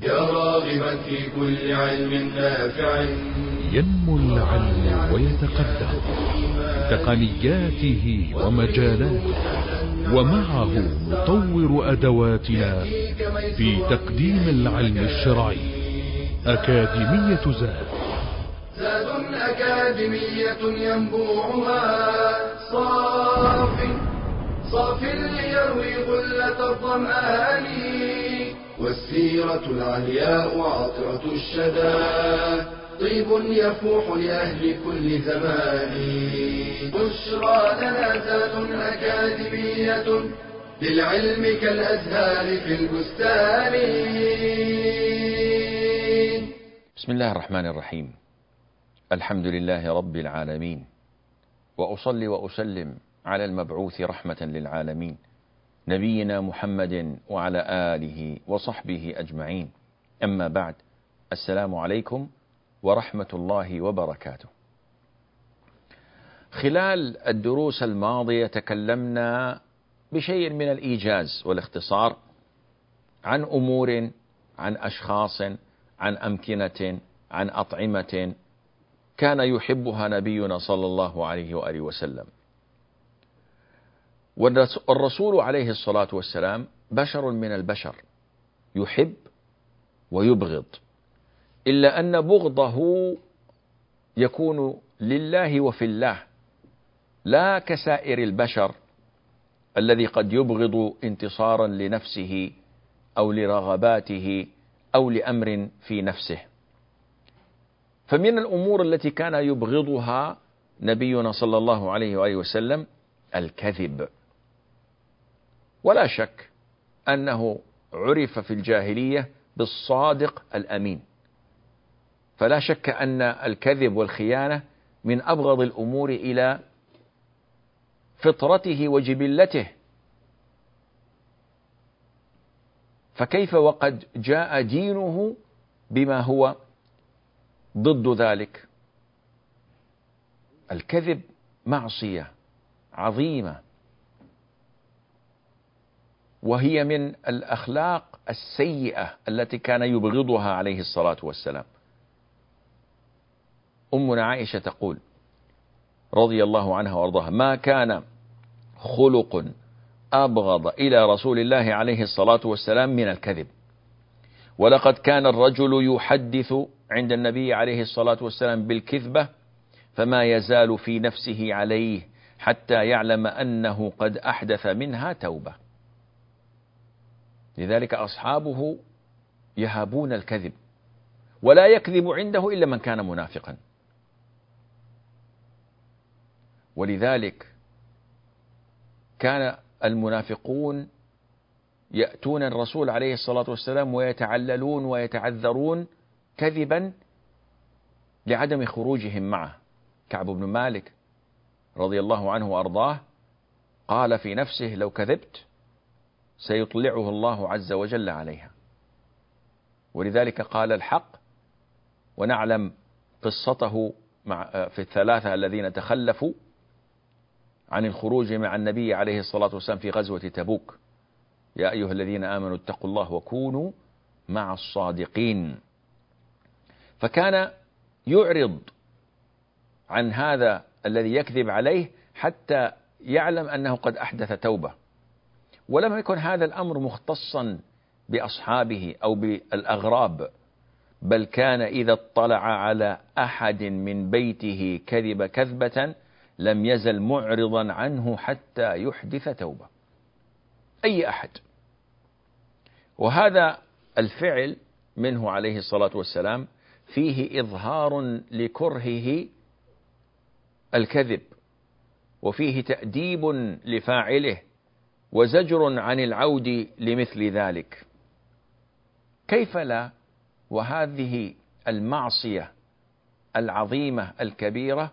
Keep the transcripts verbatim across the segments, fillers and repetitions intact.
يا راغبا في كل علم نافع. ينمو العلم ويتقدم تقنياته ومجالاته، ومعه نطور أدواتنا في تقديم العلم الشرعي. أكاديمية زاد، زاد أكاديمية ينبوعها صاف صاف ليروي غلة الظمآن، والسيرة العلياء عطرة الشدى طيب يفوح لأهل كل زمان. بشرى لنا زاد أكاديمية للعلم كالأزهار في البستان. بسم الله الرحمن الرحيم. الحمد لله رب العالمين، وأصلي وأسلم على المبعوث رحمة للعالمين نبينا محمد وعلى آله وصحبه أجمعين. أما بعد، السلام عليكم ورحمة الله وبركاته. خلال الدروس الماضية تكلمنا بشيء من الإيجاز والاختصار عن أمور، عن أشخاص، عن أمكنة، عن أطعمة كان يحبها نبينا صلى الله عليه وآله وسلم. والرسول عليه الصلاة والسلام بشر من البشر، يحب ويبغض، إلا أن بغضه يكون لله وفي الله، لا كسائر البشر الذي قد يبغض انتصارا لنفسه أو لرغباته أو لأمر في نفسه. فمن الأمور التي كان يبغضها نبينا صلى الله عليه وآله وسلم الكذب. ولا شك أنه عرف في الجاهلية بالصادق الأمين، فلا شك أن الكذب والخيانة من أبغض الأمور إلى فطرته وجبلته، فكيف وقد جاء دينه بما هو ضد ذلك؟ الكذب معصية عظيمة، وهي من الأخلاق السيئة التي كان يبغضها عليه الصلاة والسلام. أمنا عائشة تقول رضي الله عنها وارضاها: ما كان خلق أبغض إلى رسول الله عليه الصلاة والسلام من الكذب، ولقد كان الرجل يحدث عند النبي عليه الصلاة والسلام بالكذبة فما يزال في نفسه عليه حتى يعلم أنه قد أحدث منها توبة. لذلك أصحابه يهابون الكذب، ولا يكذب عنده إلا من كان منافقا. ولذلك كان المنافقون يأتون الرسول عليه الصلاة والسلام ويتعللون ويتعذرون كذبا لعدم خروجهم معه. كعب بن مالك رضي الله عنه وأرضاه قال في نفسه: لو كذبت سيطلعه الله عز وجل عليها. ولذلك قال الحق، ونعلم قصته مع في الثلاثة الذين تخلفوا عن الخروج مع النبي عليه الصلاة والسلام في غزوة تبوك: يا أيها الذين آمنوا اتقوا الله وكونوا مع الصادقين. فكان يعرض عن هذا الذي يكذب عليه حتى يعلم أنه قد أحدث توبة. ولم يكن هذا الأمر مختصا بأصحابه أو بالأغراب، بل كان إذا اطلع على أحد من بيته كذب كذبة لم يزل معرضا عنه حتى يحدث توبة، أي أحد. وهذا الفعل منه عليه الصلاة والسلام فيه إظهار لكرهه الكذب، وفيه تأديب لفاعله وزجر عن العود لمثل ذلك. كيف لا وهذه المعصية العظيمة الكبيرة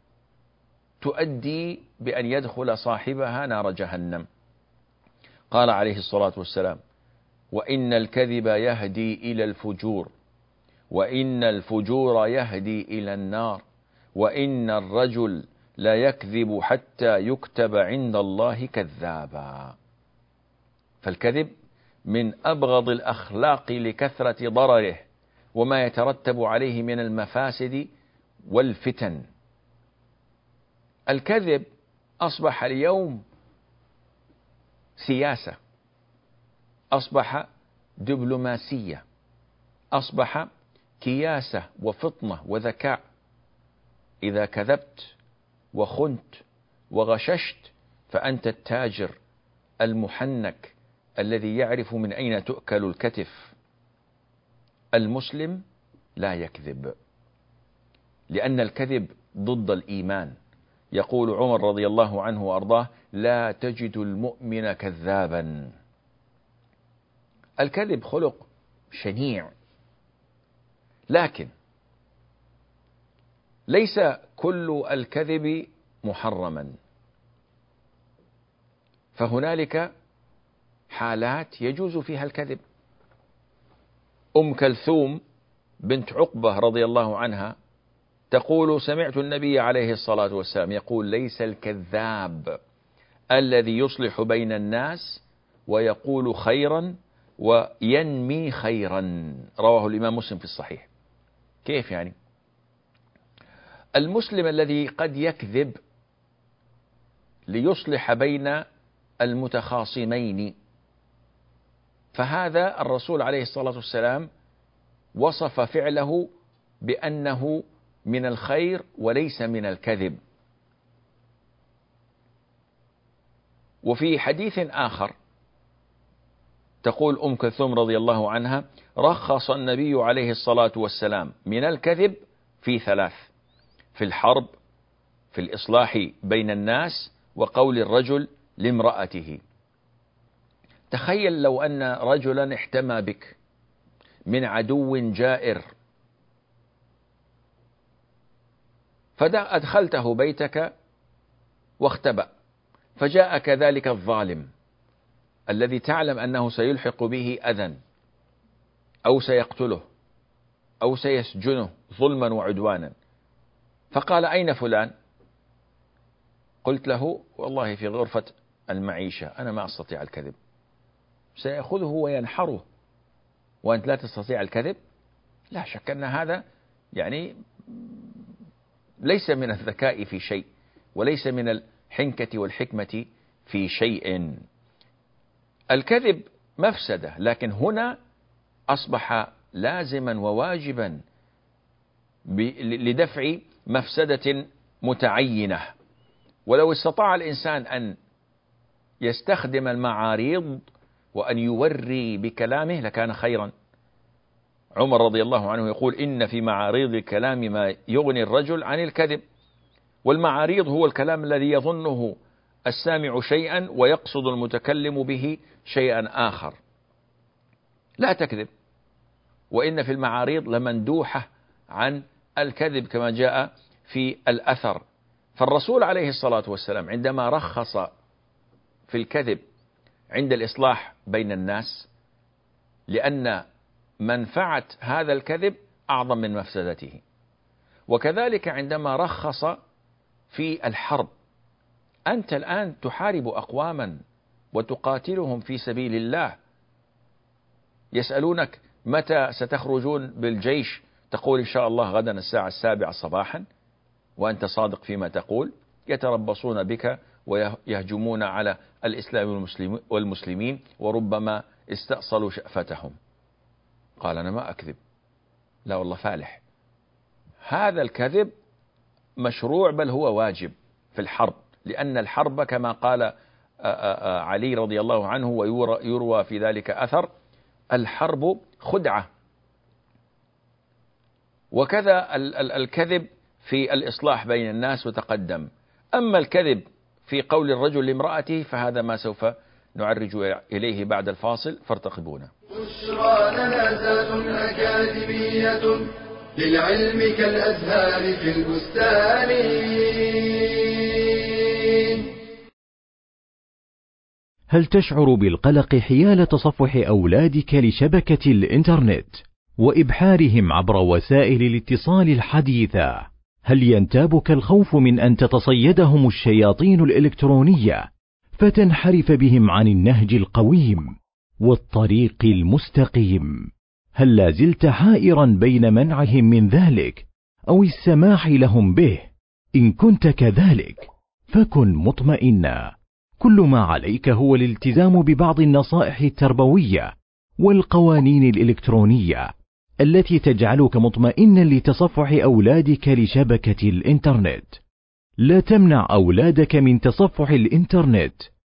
تؤدي بأن يدخل صاحبها نار جهنم. قال عليه الصلاة والسلام: وإن الكذب يهدي إلى الفجور، وإن الفجور يهدي إلى النار، وإن الرجل لا يكذب حتى يكتب عند الله كذابا. فالكذب من أبغض الأخلاق لكثرة ضرره وما يترتب عليه من المفاسد والفتن. الكذب أصبح اليوم سياسة، أصبح دبلوماسية، أصبح كياسة وفطنة وذكاء. إذا كذبت وخنت وغششت فأنت التاجر المحنك الذي يعرف من أين تؤكل الكتف. المسلم لا يكذب، لأن الكذب ضد الإيمان. يقول عمر رضي الله عنه وأرضاه: لا تجد المؤمن كذابا. الكذب خلق شنيع، لكن ليس كل الكذب محرما، فهنالك حالات يجوز فيها الكذب. أم كلثوم بنت عقبة رضي الله عنها تقول: سمعت النبي عليه الصلاة والسلام يقول: ليس الكذاب الذي يصلح بين الناس ويقول خيرا وينمي خيرا. رواه الإمام مسلم في الصحيح. كيف يعني؟ المسلم الذي قد يكذب ليصلح بين المتخاصمين، فهذا الرسول عليه الصلاة والسلام وصف فعله بأنه من الخير وليس من الكذب. وفي حديث آخر تقول أم كلثوم رضي الله عنها: رخص النبي عليه الصلاة والسلام من الكذب في ثلاث: في الحرب، في الإصلاح بين الناس، وقول الرجل لامرأته. تخيل لو أن رجلا احتمى بك من عدو جائر فأدخلته بيتك واختبأ، فجاء كذلك الظالم الذي تعلم أنه سيلحق به أذى أو سيقتله أو سيسجنه ظلما وعدوانا، فقال: أين فلان؟ قلت له: والله في غرفة المعيشة، أنا ما أستطيع الكذب. سيأخذه وينحره وأنت لا تستطيع الكذب؟ لا شك أن هذا يعني ليس من الذكاء في شيء، وليس من الحنكة والحكمة في شيء. الكذب مفسدة، لكن هنا أصبح لازما وواجبا لدفع مفسدة متعينة. ولو استطاع الإنسان أن يستخدم المعاريض وأن يوري بكلامه لكان خيرا. عمر رضي الله عنه يقول: إن في معاريض الكلام ما يغني الرجل عن الكذب. والمعاريض هو الكلام الذي يظنه السامع شيئا ويقصد المتكلم به شيئا آخر. لا تكذب، وإن في المعاريض لمندوحة عن الكذب كما جاء في الأثر. فالرسول عليه الصلاة والسلام عندما رخص في الكذب عند الإصلاح بين الناس، لأن منفعة هذا الكذب أعظم من مفسدته. وكذلك عندما رخص في الحرب، أنت الآن تحارب أقواما وتقاتلهم في سبيل الله، يسألونك متى ستخرجون بالجيش، تقول إن شاء الله غدا الساعة السابعة صباحا وأنت صادق فيما تقول. يتربصون بك ويهجمون على الإسلام والمسلمين وربما استأصلوا شأفتهم. قال: أنا ما أكذب. لا والله فالح. هذا الكذب مشروع بل هو واجب في الحرب، لأن الحرب كما قال علي رضي الله عنه ويروى في ذلك أثر: الحرب خدعة. وكذا الكذب في الإصلاح بين الناس وتقدم. أما الكذب في قول الرجل لامرأته فهذا ما سوف نعرج إليه بعد الفاصل، فارتقبونا. بشرى لنا ذات أكاديمية للعلم كالأزهار في البستان. هل تشعر بالقلق حيال تصفح أولادك لشبكة الإنترنت وإبحارهم عبر وسائل الاتصال الحديثة؟ هل ينتابك الخوف من أن تتصيدهم الشياطين الإلكترونية فتنحرف بهم عن النهج القويم؟ والطريق المستقيم. هل لا زلت حائرا بين منعهم من ذلك أو السماح لهم به؟ إن كنت كذلك فكن مطمئنا، كل ما عليك هو الالتزام ببعض النصائح التربوية والقوانين الإلكترونية التي تجعلك مطمئنا لتصفح أولادك لشبكة الإنترنت. لا تمنع أولادك من تصفح الإنترنت،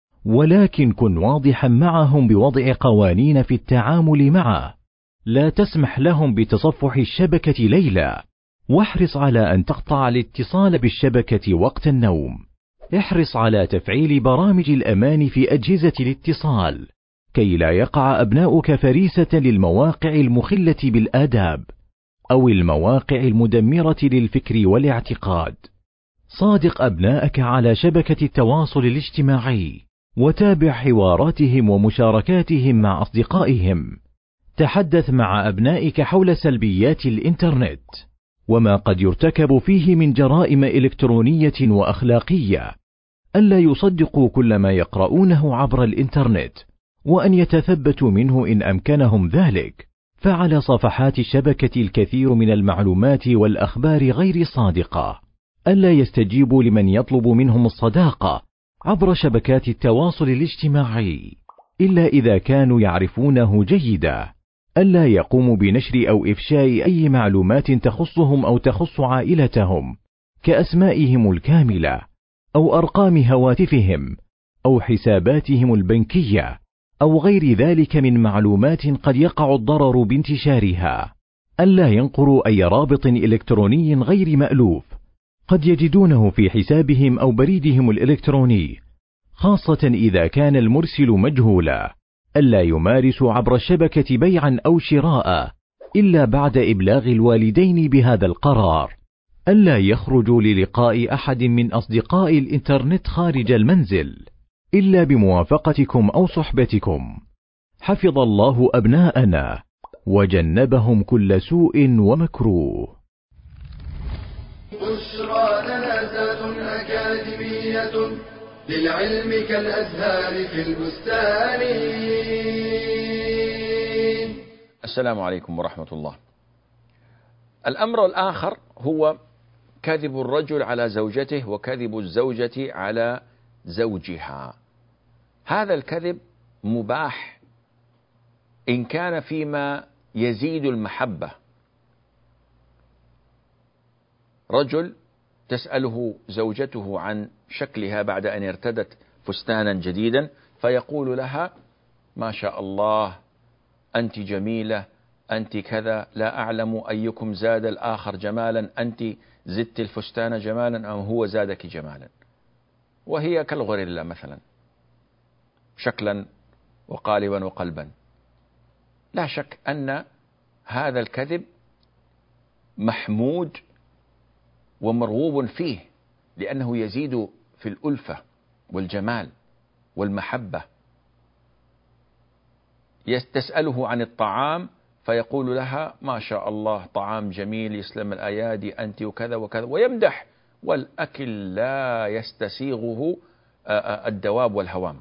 ولكن كن واضحا معهم بوضع قوانين في التعامل معه. لا تسمح لهم بتصفح الشبكة ليلا، واحرص على أن تقطع الاتصال بالشبكة وقت النوم. احرص على تفعيل برامج الأمان في أجهزة الاتصال كي لا يقع أبناؤك فريسة للمواقع المخلة بالآداب أو المواقع المدمرة للفكر والاعتقاد. صادق أبنائك على شبكة التواصل الاجتماعي، وتابع حواراتهم ومشاركاتهم مع أصدقائهم. تحدث مع أبنائك حول سلبيات الإنترنت وما قد يرتكب فيه من جرائم إلكترونية وأخلاقية. ألا يصدقوا كل ما يقرؤونه عبر الإنترنت، وأن يتثبتوا منه إن أمكنهم ذلك، فعلى صفحات الشبكة الكثير من المعلومات والأخبار غير الصادقة. ألا يستجيبوا لمن يطلب منهم الصداقة عبر شبكات التواصل الاجتماعي إلا إذا كانوا يعرفونه جيدا. ألا يقوموا بنشر أو إفشاء أي معلومات تخصهم أو تخص عائلتهم كأسمائهم الكاملة أو أرقام هواتفهم أو حساباتهم البنكية أو غير ذلك من معلومات قد يقع الضرر بانتشارها. ألا ينقروا أي رابط إلكتروني غير مألوف قد يجدونه في حسابهم أو بريدهم الإلكتروني، خاصة إذا كان المرسل مجهولا. ألا يمارسوا عبر الشبكة بيعا أو شراء إلا بعد إبلاغ الوالدين بهذا القرار. ألا يخرجوا للقاء أحد من أصدقاء الإنترنت خارج المنزل إلا بموافقتكم أو صحبتكم. حفظ الله أبناءنا وجنبهم كل سوء ومكروه. بشرى لنا ذات أكاديمية للعلم كالأزهار في البستان. السلام عليكم ورحمة الله. الأمر الآخر هو كذب الرجل على زوجته وكذب الزوجة على زوجها. هذا الكذب مباح إن كان فيما يزيد المحبة. رجل تسأله زوجته عن شكلها بعد أن ارتدت فستانا جديدا، فيقول لها: ما شاء الله، أنت جميلة، أنت كذا، لا أعلم أيكم زاد الآخر جمالا، أنت زدت الفستان جمالا أم هو زادك جمالا. وهي كالغوريلا مثلا، شكلا وقالبا وقلبا. لا شك أن هذا الكذب محمود ومرغوب فيه، لأنه يزيد في الألفة والجمال والمحبة. تسأله عن الطعام فيقول لها: ما شاء الله، طعام جميل، يسلم الأيادي، أنت وكذا وكذا، ويمدح، والأكل لا يستسيغه الدواب والهوام،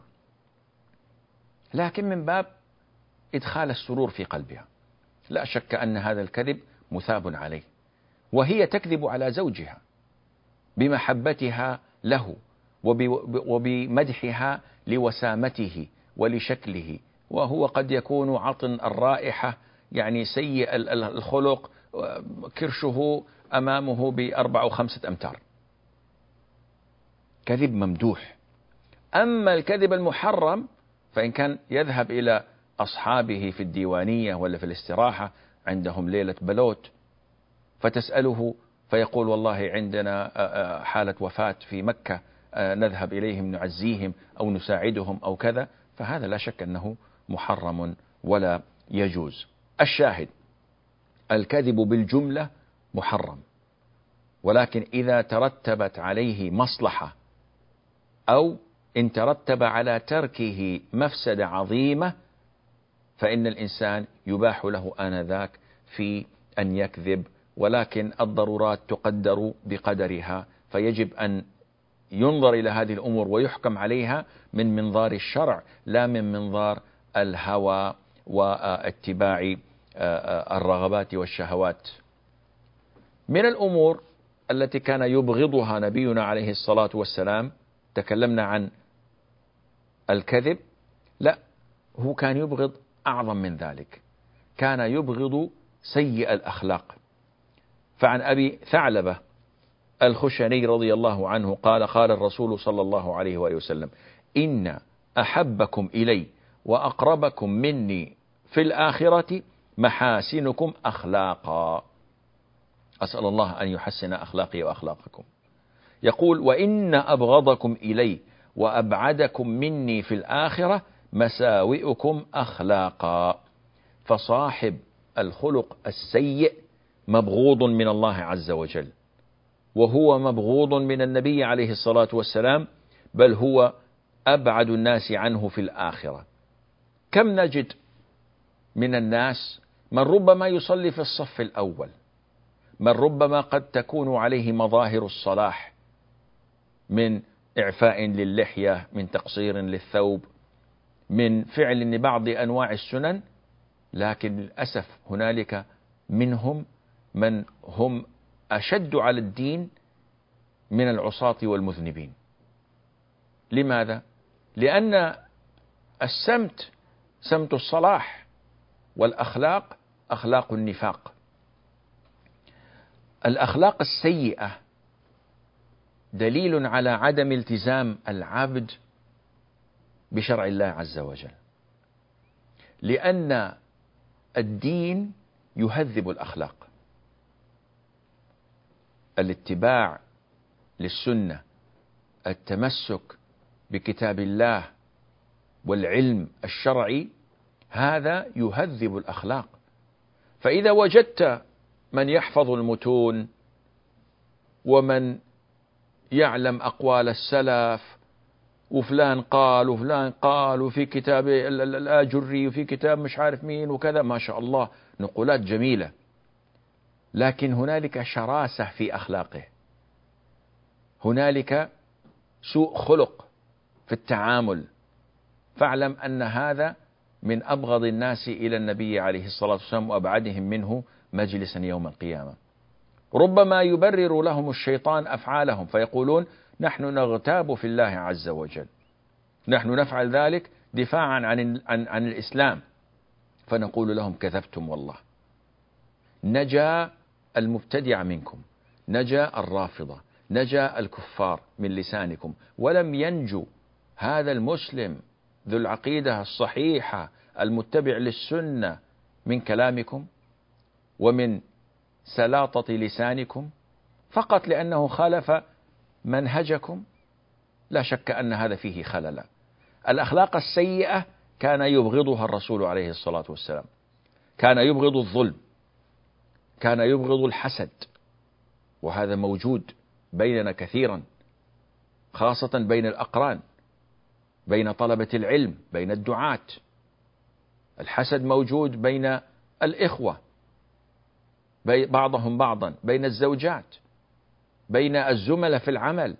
لكن من باب إدخال السرور في قلبها. لا شك أن هذا الكذب مثاب عليه، وهي تكذب على زوجها بمحبتها له وبمدحها لوسامته ولشكله، وهو قد يكون عطن الرائحة، يعني سيء الخلق، كرشه أمامه بأربع وخمسة أمتار. كذب ممدوح. أما الكذب المحرم فإن كان يذهب إلى أصحابه في الديوانية ولا في الاستراحة، عندهم ليلة بلوت، فتسأله فيقول: والله عندنا حالة وفاة في مكة، نذهب إليهم نعزيهم أو نساعدهم أو كذا، فهذا لا شك أنه محرم ولا يجوز. الشاهد: الكذب بالجملة محرم، ولكن إذا ترتبت عليه مصلحة أو إن ترتب على تركه مفسدة عظيمة فإن الإنسان يباح له آنذاك في أن يكذب، ولكن الضرورات تقدر بقدرها، فيجب أن ينظر إلى هذه الأمور ويحكم عليها من منظار الشرع لا من منظار الهوى واتباع الرغبات والشهوات. من الأمور التي كان يبغضها نبينا عليه الصلاة والسلام، تكلمنا عن الكذب، لا، هو كان يبغض أعظم من ذلك، كان يبغض سيء الأخلاق. فعن أبي ثعلبة الخشني رضي الله عنه قال: قال الرسول صلى الله عليه وآله وسلم: إن أحبكم إلي وأقربكم مني في الآخرة محاسنكم أخلاقا. أسأل الله أن يحسن أخلاقي وأخلاقكم. يقول: وإن أبغضكم إلي وأبعدكم مني في الآخرة مساوئكم أخلاقا. فصاحب الخلق السيء مبغوض من الله عز وجل، وهو مبغوض من النبي عليه الصلاة والسلام، بل هو أبعد الناس عنه في الآخرة. كم نجد من الناس من ربما يصلي في الصف الأول، من ربما قد تكون عليه مظاهر الصلاح من إعفاء للحية، من تقصير للثوب، من فعل لبعض أنواع السنن، لكن للأسف هنالك منهم من هم أشد على الدين من العصاة والمذنبين. لماذا؟ لأن السمت سمت الصلاح، والأخلاق أخلاق النفاق. الأخلاق السيئة دليل على عدم التزام العبد بشرع الله عز وجل، لأن الدين يهذب الأخلاق. الاتباع للسنة، التمسك بكتاب الله والعلم الشرعي، هذا يهذب الأخلاق. فإذا وجدت من يحفظ المتون ومن يعلم أقوال السلف، وفلان قال وفلان قال، وفي كتاب الآجري وفي كتاب مش عارف مين وكذا، ما شاء الله نقولات جميلة، لكن هنالك شراسة في أخلاقه، هنالك سوء خلق في التعامل، فاعلم أن هذا من أبغض الناس إلى النبي عليه الصلاة والسلام وأبعدهم منه مجلسا يوم القيامة. ربما يبرر لهم الشيطان أفعالهم فيقولون: نحن نغتاب في الله عز وجل، نحن نفعل ذلك دفاعا عن, عن, عن الإسلام. فنقول لهم: كذبتم والله. نجا المبتدع منكم، نجا الرافضة، نجا الكفار من لسانكم، ولم ينجو هذا المسلم ذو العقيدة الصحيحة المتبع للسنة من كلامكم ومن سلاطة لسانكم فقط لأنه خالف منهجكم. لا شك أن هذا فيه خلل. الأخلاق السيئة كان يبغضها الرسول عليه الصلاة والسلام، كان يبغض الظلم، كان يبغض الحسد، وهذا موجود بيننا كثيرا، خاصة بين الأقران، بين طلبة العلم، بين الدعاة. الحسد موجود بين الإخوة، بعضهم بعضا، بين الزوجات، بين الزملاء في العمل.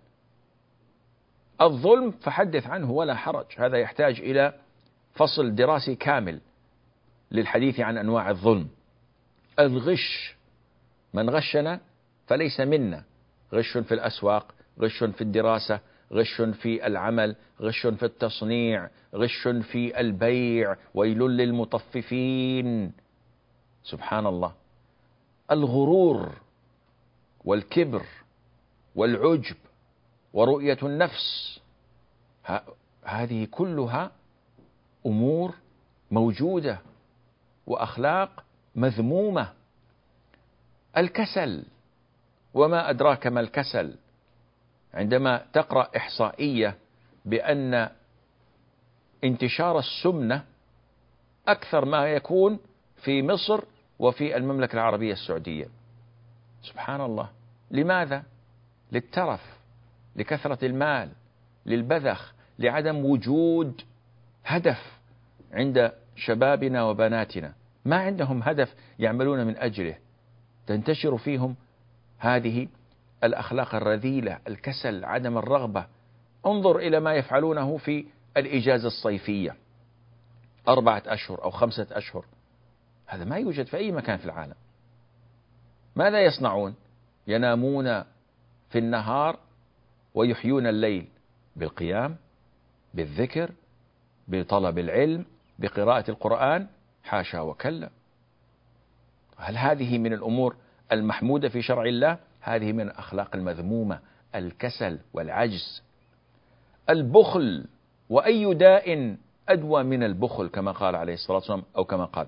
الظلم فحدث عنه ولا حرج، هذا يحتاج إلى فصل دراسي كامل للحديث عن أنواع الظلم. الغش، من غشنا فليس منا، غش في الأسواق، غش في الدراسة، غش في العمل، غش في التصنيع، غش في البيع، ويل للمطففين. سبحان الله. الغرور والكبر والعجب ورؤية النفس، هذه كلها أمور موجودة وأخلاق مذمومة. الكسل، وما أدراك ما الكسل. عندما تقرأ إحصائية بأن انتشار السمنة أكثر ما يكون في مصر وفي المملكة العربية السعودية. سبحان الله. لماذا؟ للترف، لكثرة المال، للبذخ، لعدم وجود هدف عند شبابنا وبناتنا، ما عندهم هدف يعملون من أجله، تنتشر فيهم هذه الأخلاق الرذيلة، الكسل، عدم الرغبة. انظر إلى ما يفعلونه في الإجازة الصيفية، أربعة أشهر أو خمسة أشهر، هذا ما يوجد في أي مكان في العالم. ماذا يصنعون؟ ينامون في النهار ويحيون الليل بالقيام، بالذكر، بطلب العلم، بقراءة القرآن. حاشا وكلا. هل هذه من الأمور المحمودة في شرع الله؟ هذه من الأخلاق المذمومة، الكسل والعجز. البخل، وأي داء أدوى من البخل كما قال عليه الصلاة والسلام، أو كما قال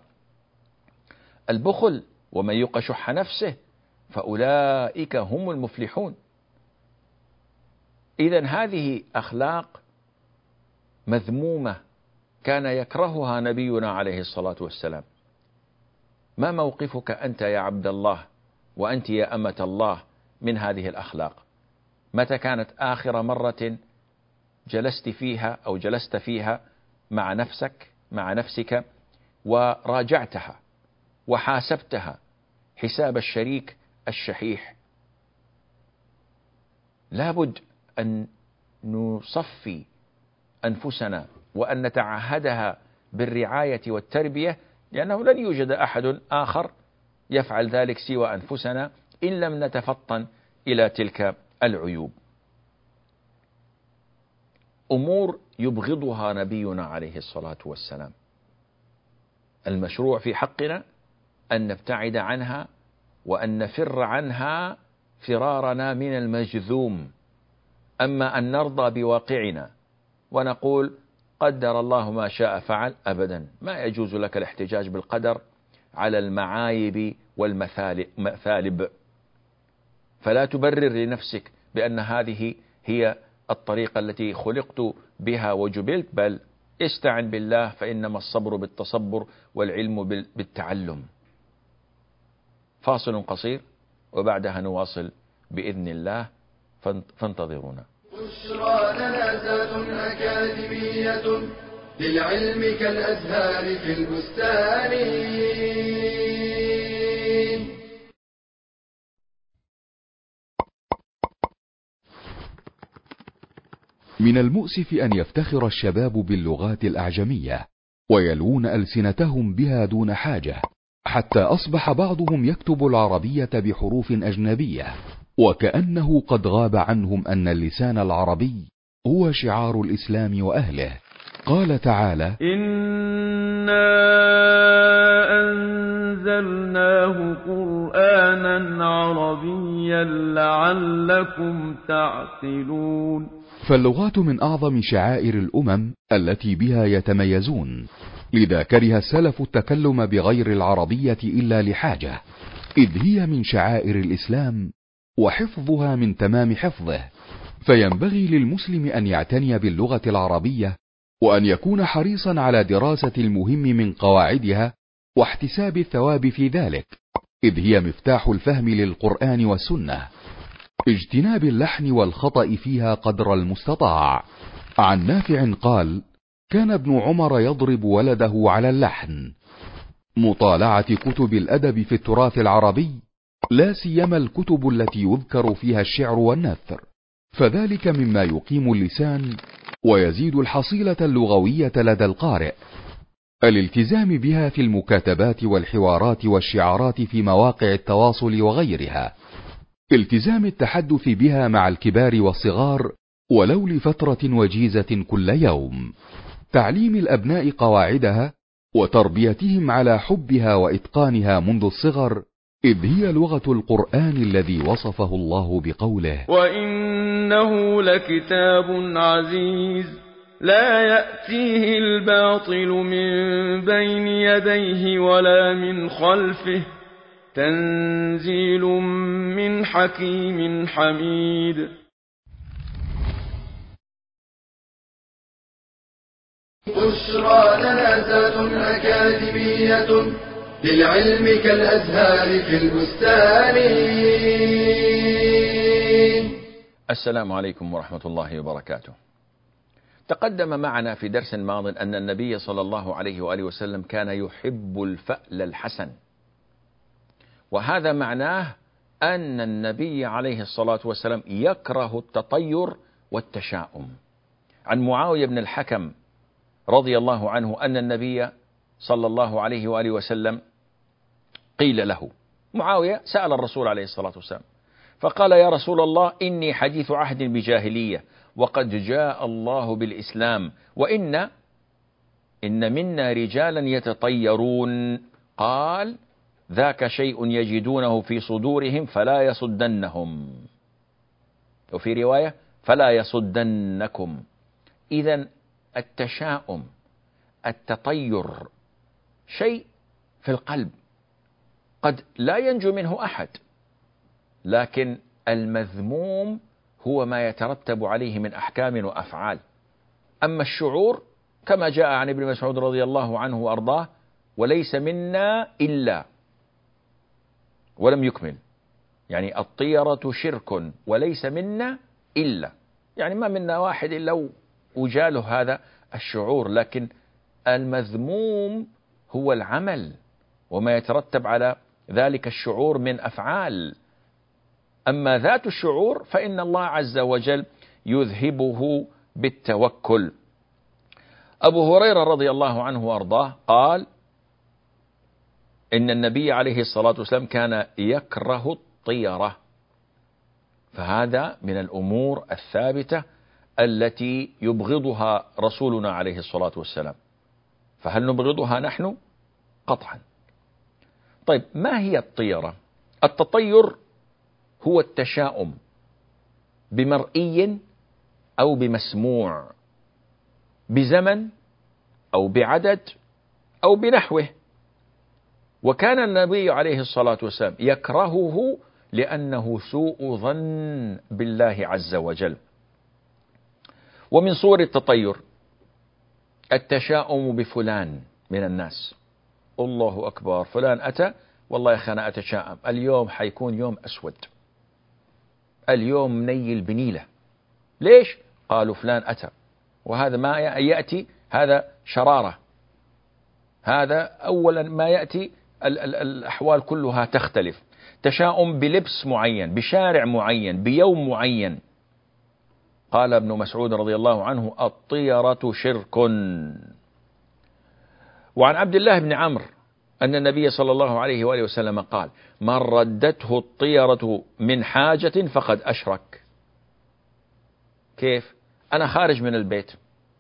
البخل ومن يوق شح نفسه فأولئك هم المفلحون. إذن هذه أخلاق مذمومة كان يكرهها نبينا عليه الصلاة والسلام. ما موقفك أنت يا عبد الله وأنت يا أمة الله من هذه الأخلاق؟ متى كانت آخر مرة جلست فيها أو جلست فيها مع نفسك مع نفسك وراجعتها وحاسبتها حساب الشريك الشحيح؟ لابد أن نصفي أنفسنا وأن نتعهدها بالرعاية والتربية، لأنه لن يوجد أحد آخر يفعل ذلك سوى أنفسنا إن لم نتفطن إلى تلك العيوب. أمور يبغضها نبينا عليه الصلاة والسلام، المشروع في حقنا أن نبتعد عنها وأن نفر عنها فرارنا من المجذوم. أما أن نرضى بواقعنا ونقول قدر الله ما شاء فعل، أبدا ما يجوز لك الاحتجاج بالقدر على المعايب والمثالب. فلا تبرر لنفسك بأن هذه هي الطريقة التي خلقت بها وجبلت، بل استعن بالله، فإنما الصبر بالتصبر والعلم بالتعلم. فاصل قصير وبعدها نواصل بإذن الله، فانتظرونا. بشرى لنا ذات أكاديمية للعلم كالأزهار في البستان. من المؤسف أن يفتخر الشباب باللغات الأعجمية ويلوون ألسنتهم بها دون حاجة، حتى أصبح بعضهم يكتب العربية بحروف أجنبية، وكأنه قد غاب عنهم أن اللسان العربي هو شعار الإسلام وأهله. قال تعالى: إنا أنزلناه قرآنا عربيا لعلكم تعقلون. فاللغات من أعظم شعائر الأمم التي بها يتميزون، لذا كره السلف التكلم بغير العربية إلا لحاجة، إذ هي من شعائر الإسلام وحفظها من تمام حفظه. فينبغي للمسلم أن يعتني باللغة العربية، وأن يكون حريصا على دراسة المهم من قواعدها واحتساب الثواب في ذلك، إذ هي مفتاح الفهم للقرآن والسنة. اجتناب اللحن والخطأ فيها قدر المستطاع. عن نافع قال: كان ابن عمر يضرب ولده على اللحن. مطالعة كتب الأدب في التراث العربي، لا سيما الكتب التي يذكر فيها الشعر والنثر، فذلك مما يقيم اللسان ويزيد الحصيلة اللغوية لدى القارئ. الالتزام بها في المكاتبات والحوارات والشعارات في مواقع التواصل وغيرها. التزام التحدث بها مع الكبار والصغار ولو لفترة وجيزة كل يوم. تعليم الأبناء قواعدها وتربيتهم على حبها وإتقانها منذ الصغر، إذ هي لغة القرآن الذي وصفه الله بقوله: وإنه لكتاب عزيز لا يأتيه الباطل من بين يديه ولا من خلفه تنزيل من حكيم حميد. بشرى لنا ذات أكاديمية للعلم كالأزهار في البستان. السلام عليكم ورحمة الله وبركاته. تقدم معنا في درس ماض أن النبي صلى الله عليه وآله وسلم كان يحب الفأل الحسن، وهذا معناه أن النبي عليه الصلاة والسلام يكره التطير والتشاؤم. عن معاوية بن الحكم رضي الله عنه أن النبي صلى الله عليه وآله وسلم قيل له، معاوية سأل الرسول عليه الصلاة والسلام فقال: يا رسول الله، إني حديث عهد بجاهلية وقد جاء الله بالإسلام، وإن إن منا رجالا يتطيرون. قال: ذاك شيء يجدونه في صدورهم فلا يصدنهم، وفي رواية فلا يصدنكم. إذن التشاؤم، التطير، شيء في القلب قد لا ينجو منه أحد، لكن المذموم هو ما يترتب عليه من أحكام وأفعال. أما الشعور كما جاء عن ابن مسعود رضي الله عنه وأرضاه: وليس منا إلا، ولم يكمل، يعني الطيرة شرك وليس منا إلا، يعني ما منا واحد إلا وجاله هذا الشعور، لكن المذموم هو العمل وما يترتب على ذلك الشعور من أفعال. أما ذات الشعور فإن الله عز وجل يذهبه بالتوكل. أبو هريرة رضي الله عنه وأرضاه قال: إن النبي عليه الصلاة والسلام كان يكره الطيرة، فهذا من الأمور الثابتة التي يبغضها رسولنا عليه الصلاة والسلام. فهل نبغضها نحن؟ قطعا. طيب، ما هي الطيرة؟ التطير هو التشاؤم بمرئي أو بمسموع، بزمن أو بعدد أو بنحوه. وكان النبي عليه الصلاة والسلام يكرهه لأنه سوء ظن بالله عز وجل. ومن صور التطير التشاؤم بفلان من الناس. الله أكبر، فلان أتى، والله يا أخي أنا أتشاءم، اليوم حيكون يوم أسود، اليوم منيل بنيلة. ليش؟ قالوا فلان أتى. وهذا ما يأتي، هذا شرارة، هذا أولا ما يأتي ال ال الأحوال كلها تختلف. تشاؤم بلبس معين، بشارع معين، بيوم معين. قال ابن مسعود رضي الله عنه: الطيرة شرك. وعن عبد الله بن عمرو أن النبي صلى الله عليه وآله وسلم قال: من ردته الطيرة من حاجة فقد أشرك. كيف؟ أنا خارج من البيت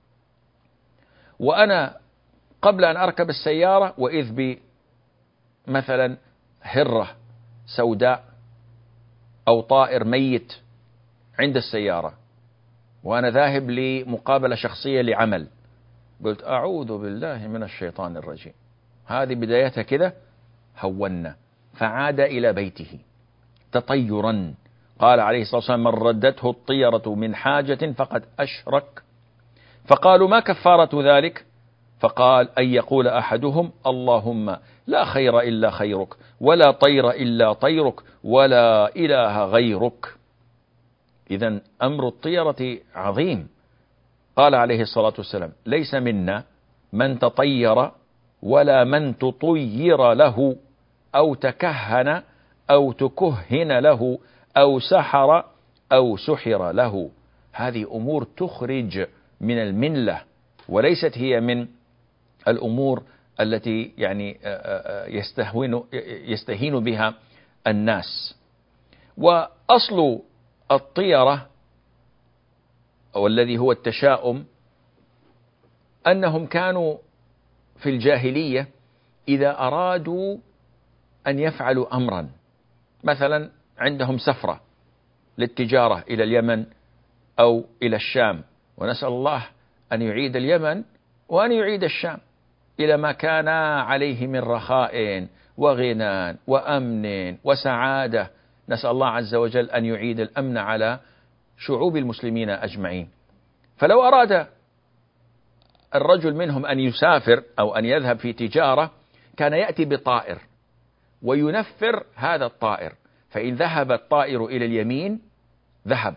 وأنا قبل أن أركب السيارة وإذ بمثلا هرة سوداء أو طائر ميت عند السيارة، وأنا ذاهب لمقابلة شخصية لعمل، قلت أعوذ بالله من الشيطان الرجيم. هذه بدايتها كده، هونا، فعاد إلى بيته تطيرا. قال عليه الصلاة والسلام: من ردته الطيرة من حاجة فقد أشرك. فقالوا: ما كفارة ذلك؟ فقال: أن يقول أحدهم: اللهم لا خير إلا خيرك، ولا طير إلا طيرك، ولا إله غيرك. إذن أمر الطيرة عظيم. قال عليه الصلاة والسلام: ليس منا من تطير ولا من تطير له، أو تكهن أو تكهن له، أو سحر أو سحر له. هذه أمور تخرج من الملة، وليست هي من الأمور التي يعني يستهون يستهين بها الناس. وأصل الطيرة والذي هو التشاؤم أنهم كانوا في الجاهلية إذا أرادوا أن يفعلوا أمرا، مثلا عندهم سفرة للتجارة إلى اليمن أو إلى الشام، ونسأل الله أن يعيد اليمن وأن يعيد الشام إلى ما كان عليه من رخاء وغنى وأمن وسعادة. نسأل الله عز وجل أن يعيد الأمن على شعوب المسلمين أجمعين. فلو أراد الرجل منهم أن يسافر أو أن يذهب في تجارة، كان يأتي بطائر وينفر هذا الطائر، فإن ذهب الطائر إلى اليمين ذهب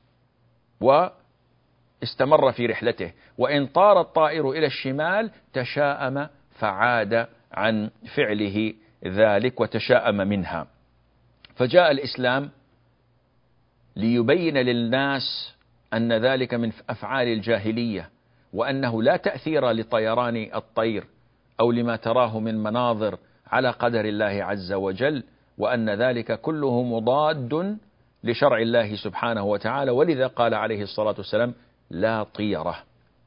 واستمر في رحلته، وإن طار الطائر إلى الشمال تشاءم فعاد عن فعله ذلك وتشاءم منها. فجاء الإسلام ليبين للناس أن ذلك من أفعال الجاهلية، وأنه لا تأثير لطيران الطير أو لما تراه من مناظر على قدر الله عز وجل، وأن ذلك كله مضاد لشرع الله سبحانه وتعالى، ولذا قال عليه الصلاة والسلام لا طيرة.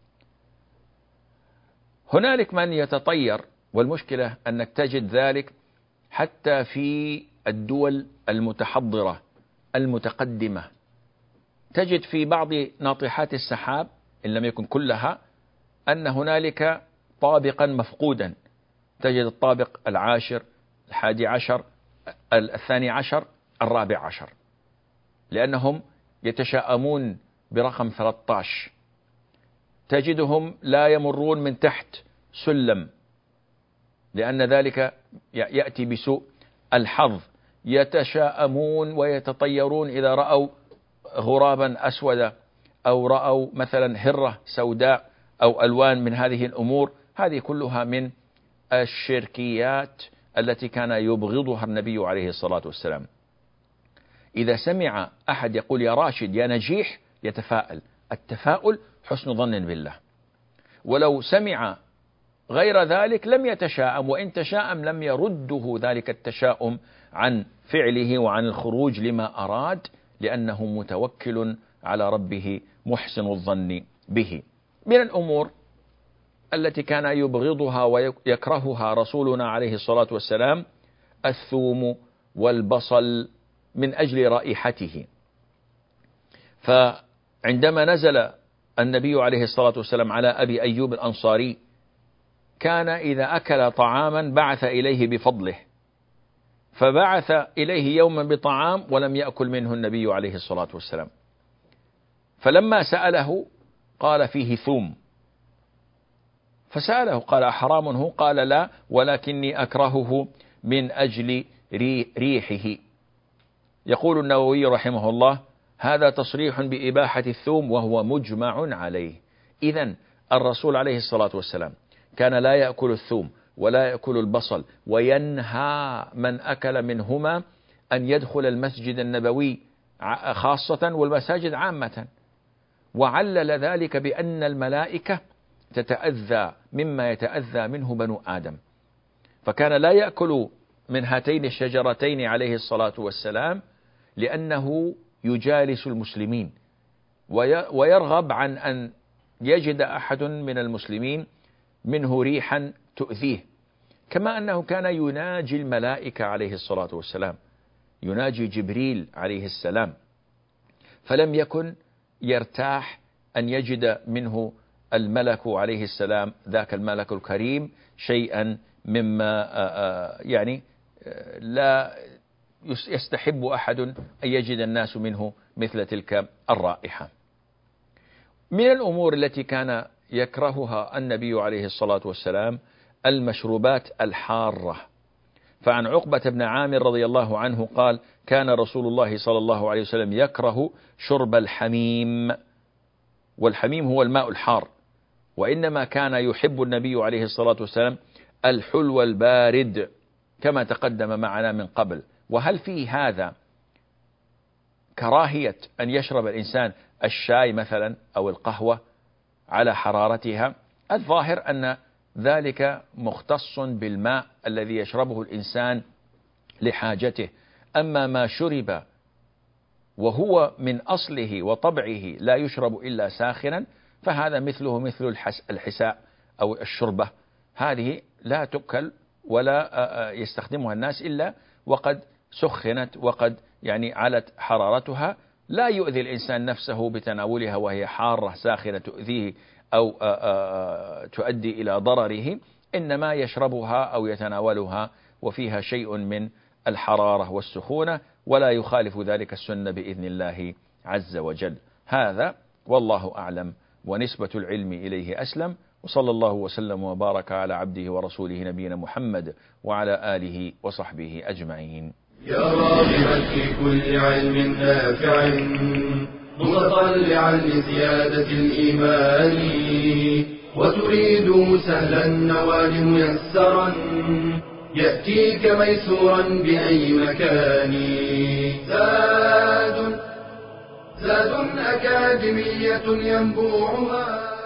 هنالك من يتطير، والمشكلة أنك تجد ذلك حتى في الدول المتحضرة المتقدمة، تجد في بعض ناطحات السحاب إن لم يكن كلها أن هنالك طابقا مفقودا، تجد الطابق العاشر، الحادي عشر، الثاني عشر، الرابع عشر، لأنهم يتشائمون برقم ثلاثة عشر. تجدهم لا يمرون من تحت سلم، لأن ذلك يأتي بسوء الحظ. يتشائمون ويتطيرون إذا رأوا غرابا أسودا أو رأوا مثلا هرة سوداء أو ألوان من هذه الأمور. هذه كلها من الشركيات التي كان يبغضها النبي عليه الصلاة والسلام. إذا سمع أحد يقول يا راشد يا نجيح يتفاءل، التفاؤل حسن ظن بالله، ولو سمع غير ذلك لم يتشاءم، وإن تشاءم لم يرده ذلك التشاؤم عن فعله وعن الخروج لما أراد، لأنه متوكل على ربه محسن الظن به. من الأمور التي كان يبغضها ويكرهها رسولنا عليه الصلاة والسلام الثوم والبصل من أجل رائحته. فعندما نزل النبي عليه الصلاة والسلام على أبي أيوب الأنصاري، كان إذا أكل طعاما بعث إليه بفضله، فبعث إليه يوما بطعام ولم يأكل منه النبي عليه الصلاة والسلام، فلما سأله قال فيه ثوم، فسأله قال أحرام هو؟ قال لا، ولكني أكرهه من أجل ريحه. يقول النووي رحمه الله هذا تصريح بإباحة الثوم وهو مجمع عليه. إذن الرسول عليه الصلاة والسلام كان لا يأكل الثوم ولا يأكل البصل، وينهى من أكل منهما أن يدخل المسجد النبوي خاصة والمساجد عامة، وعلل ذلك بأن الملائكة تتأذى مما يتأذى منه بنو آدم، فكان لا يأكل من هاتين الشجرتين عليه الصلاة والسلام لأنه يجالس المسلمين ويرغب عن أن يجد أحد من المسلمين منه ريحا تؤذيه، كما أنه كان يناجي الملائكة عليه الصلاة والسلام، يناجي جبريل عليه السلام، فلم يكن يرتاح أن يجد منه الملك عليه السلام ذاك الملك الكريم شيئا مما يعني لا يستحب أحد أن يجد الناس منه مثل تلك الرائحة. من الأمور التي كان يكرهها النبي عليه الصلاة والسلام المشروبات الحارة. فعن عقبة بن عامر رضي الله عنه قال كان رسول الله صلى الله عليه وسلم يكره شرب الحميم، والحميم هو الماء الحار، وإنما كان يحب النبي عليه الصلاة والسلام الحلو البارد كما تقدم معنا من قبل. وهل في هذا كراهية أن يشرب الإنسان الشاي مثلا أو القهوة على حرارتها؟ الظاهر أن ذلك مختص بالماء الذي يشربه الإنسان لحاجته، أما ما شرب وهو من أصله وطبعه لا يشرب إلا ساخنا فهذا مثله مثل الحساء أو الشربة، هذه لا تؤكل ولا يستخدمها الناس إلا وقد سخنت وقد يعني علت حرارتها، لا يؤذي الإنسان نفسه بتناولها وهي حارة ساخنة تؤذيه أو تؤدي إلى ضرره، إنما يشربها أو يتناولها وفيها شيء من الحرارة والسخونة، ولا يخالف ذلك السنة بإذن الله عز وجل. هذا والله أعلم، ونسبة العلم إليه أسلم، وصلى الله وسلم وبارك على عبده ورسوله نبينا محمد وعلى آله وصحبه أجمعين. يا راغبا في كل علم نافع متطلعا لزيادة الإيمان وتريد سهلا النوال ميسرا يأتيك ميسورا بأي مكان. زاد زاد أكاديمية ينبوعها